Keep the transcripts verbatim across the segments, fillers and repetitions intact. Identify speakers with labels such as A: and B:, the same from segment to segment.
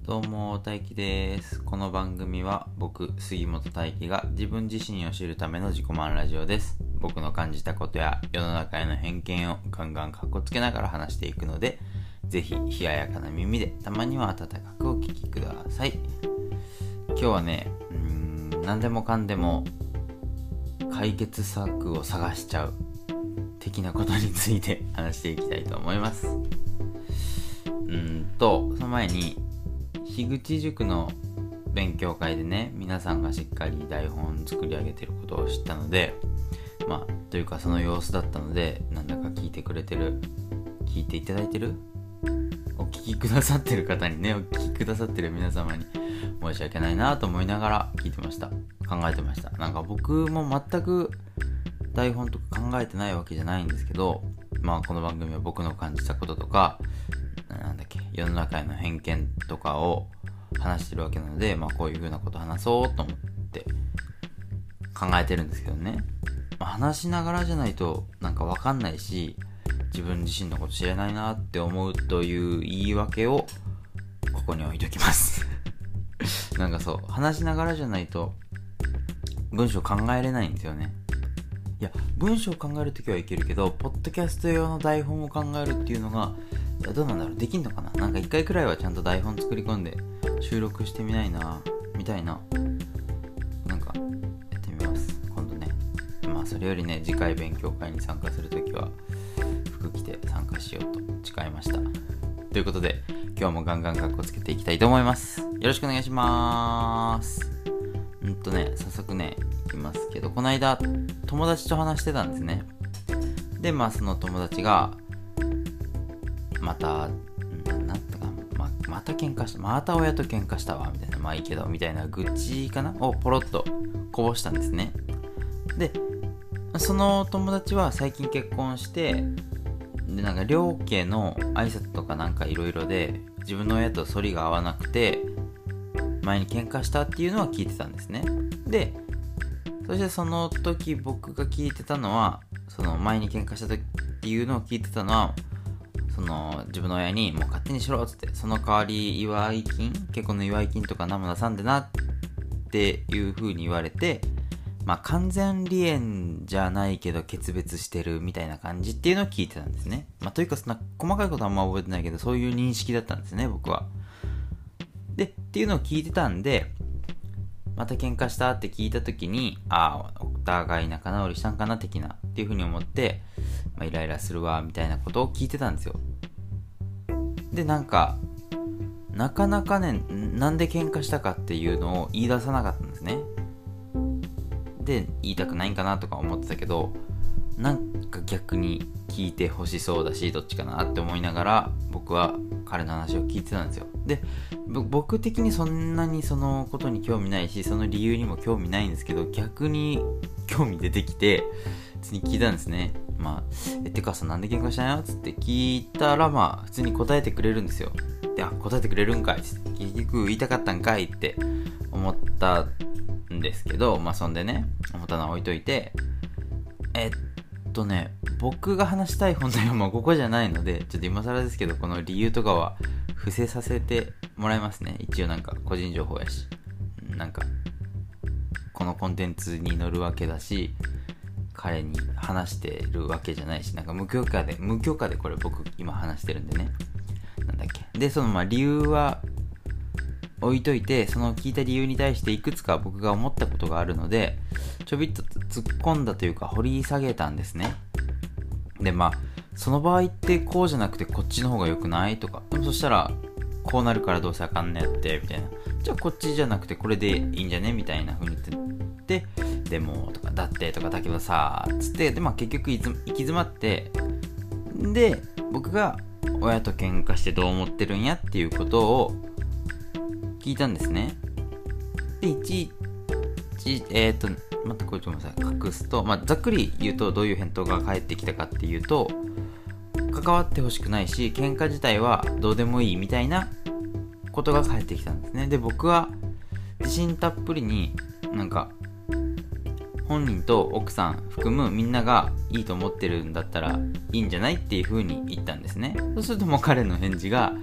A: どうも大輝です。この番組は僕杉本大輝が自分自身を知るための自己満ラジオです。僕の感じたことや世の中への偏見をガンガンかっこつけながら話していくので、ぜひ冷ややかな耳でたまには温かくお聞きください。今日はねうーん何でもかんでも解決策を探しちゃう的なことについて話していきたいと思います。うーんとその前に樋口塾の勉強会でね、皆さんがしっかり台本作り上げてることを知ったので、まあというかその様子だったので、なんだか聞いてくれてる聞いていただいてるお聞きくださってる方にねお聞きくださってる皆様に申し訳ないなと思いながら聞いてました。考えてました。なんか僕も全く台本とか考えてないわけじゃないんですけど、まあこの番組は僕の感じたこととかなんだっけ世の中への偏見とかを話してるわけなので、まあこういう風なことを話そうと思って考えてるんですけどね、まあ、話しながらじゃないとなんかわかんないし、自分自身のこと知れないなって思うという言い訳をここに置いときますなんかそう話しながらじゃないと文章考えれないんですよね。いや文章を考えるときはいけるけど、ポッドキャスト用の台本を考えるっていうのがいやどうなんだろう、できんのかな。なんか一回くらいはちゃんと台本作り込んで収録してみないなみたいな、なんかやってみます今度ね。まあそれよりね、次回勉強会に参加するときは服着て参加しようと誓いました。ということで今日もガンガンカッコつけていきたいと思います。よろしくお願いします。うんとね早速ねいきますけど、この間友達と話してたんですね。でまあその友達がまたななんとか ま, また喧嘩したまた親と喧嘩したわみたいな、まあいいけどみたいな愚痴かなをポロッとこぼしたんですね。でその友達は最近結婚して、でなんか両家の挨拶とかなんかいろいろで自分の親と反りが合わなくて前に喧嘩したっていうのは聞いてたんですね。でそしてその時僕が聞いてたのは、その前に喧嘩した時っていうのを聞いてたのは、その自分の親にもう勝手にしろっつって、その代わり祝い金結婚の祝い金とか何も出さんでなっていう風に言われて、まあ完全離縁じゃないけど決別してるみたいな感じっていうのを聞いてたんですね。まあというかそんな細かいことはあんま覚えてないけど、そういう認識だったんですね僕は。でっていうのを聞いてたんで、また喧嘩したって聞いた時に、ああお互い仲直りしたんかな的なっていう風に思って、まあ、イライラするわみたいなことを聞いてたんですよ。でなんかなかなかね、なんで喧嘩したかっていうのを言い出さなかったんですね。で言いたくないんかなとか思ってたけど、なんか逆に聞いてほしそうだし、どっちかなって思いながら僕は彼の話を聞いてたんですよ。で僕的にそんなにそのことに興味ないし、その理由にも興味ないんですけど、逆に興味出てきて普通に聞いたんですね。まあえてかさなんで喧嘩したんやつって聞いたら、まあ普通に答えてくれるんですよ。であ答えてくれるんかいって結局言いたかったんかいって思ったんですけど、まあそんでね思ったのは置いといて、えっとね僕が話したい本題はもうここじゃないので、ちょっと今更ですけどこの理由とかは伏せさせてもらいますね。一応なんか個人情報やし、なんかこのコンテンツに乗るわけだし彼に話してるわけじゃないし、なんか無許可で無許可でこれ僕今話してるんでね。なんだっけでそのまあ理由は置いといて、その聞いた理由に対していくつか僕が思ったことがあるので、ちょびっと突っ込んだというか掘り下げたんですね。でまあその場合ってこうじゃなくてこっちの方が良くないとか、でもそしたらこうなるからどうせあかんねやってみたいな、じゃあこっちじゃなくてこれでいいんじゃねみたいな風に言ってででもとかだってとかだけどさつって、でまあ結局行き詰まって、で僕が親と喧嘩してどう思ってるんやっていうことを聞いたんですね。でいちいちえっ、ー、と待ってこれちょっとごめんなさい隠すと、まあざっくり言うとどういう返答が返ってきたかっていうと、関わってほしくないし喧嘩自体はどうでもいいみたいなことが返ってきたんですね。で僕は自信たっぷりになんか本人と奥さん含むみんながいいと思ってるんだったらいいんじゃないっていう風に言ったんですね。そうするともう彼の返事が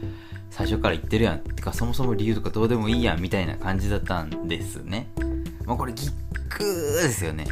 A: 最初から言ってるやん。てかそもそも理由とかどうでもいいやんみたいな感じだったんですね。まあこれギックーですよね。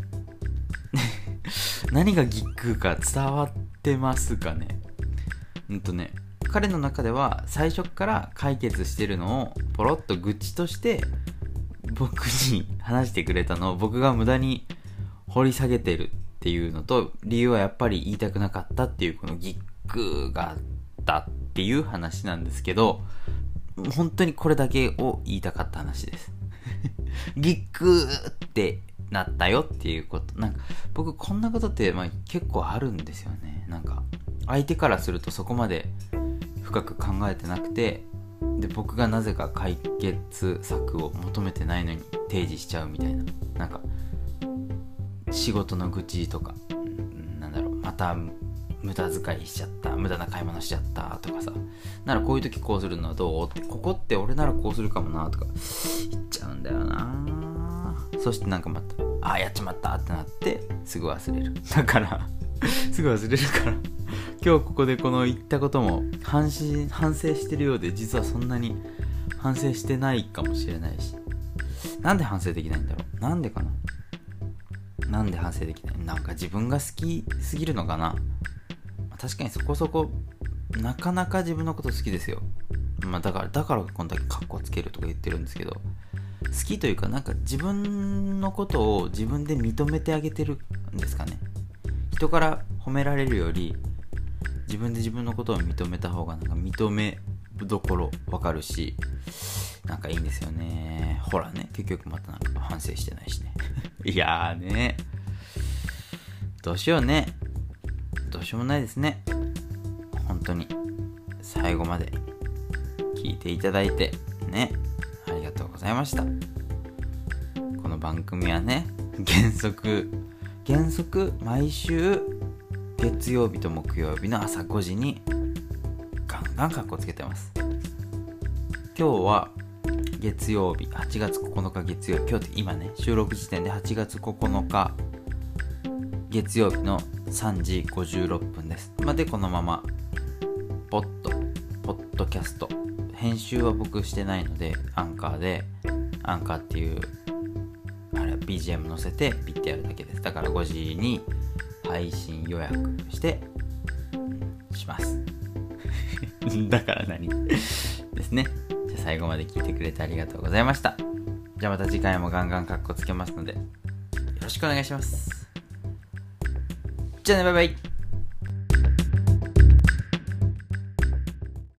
A: 何がギックーか伝わってますかね。うんとね、彼の中では最初から解決してるのをポロッと愚痴として僕に話してくれたのを僕が無駄に掘り下げてるっていうのと、理由はやっぱり言いたくなかったっていうこのギックがあったっていう話なんですけど、本当にこれだけを言いたかった話ですギックってなったよっていうこと。なんか僕こんなことってまあ結構あるんですよね。なんか相手からするとそこまで深く考えてなくて、で僕がなぜか解決策を求めてないのに提示しちゃうみたいな。なんか仕事の愚痴とか、なんだろう、また無駄遣いしちゃった、無駄な買い物しちゃったとかさ、ならこういう時こうするのはどうって、ここって俺ならこうするかもなとか言っちゃうんだよな。そしてなんかまたああやっちまったってなってすぐ忘れる。だからすぐ忘れるから今日ここでこの言ったことも反省、反省してるようで、実はそんなに反省してないかもしれないし、なんで反省できないんだろう。なんでかな。なんで反省できない。なんか自分が好きすぎるのかな。確かにそこそこなかなか自分のこと好きですよ。まあだからだからこんだけカッコつけるとか言ってるんですけど、好きというかなんか自分のことを自分で認めてあげてるんですかね。人から褒められるより自分で自分のことを認めた方がなんか認めどころわかるし、なんかいいんですよね。ほらね、結局またなんか反省してないしねいやーね、どうしようね。どうしようもないですね。本当に最後まで聞いていただいてね、ありがとうございました。この番組はね、原則原則毎週月曜日と木曜日の朝ごじにガンガンカッコつけてます。今日は月曜日、はちがつここのか月曜日、今日って今ね収録時点ではちがつここのか月曜日のさんじごじゅうろっぷんです。まあ、でこのままポッドポッドキャスト、編集は僕してないのでアンカーでアンカーっていうあれ ビージーエム 載せてピッてやるだけです。だからごじに配信予約してしますだから何ですね。じゃあ最後まで聞いてくれてありがとうございました。じゃあまた次回もガンガンカッコつけますのでよろしくお願いします。じゃあね、バイバイ。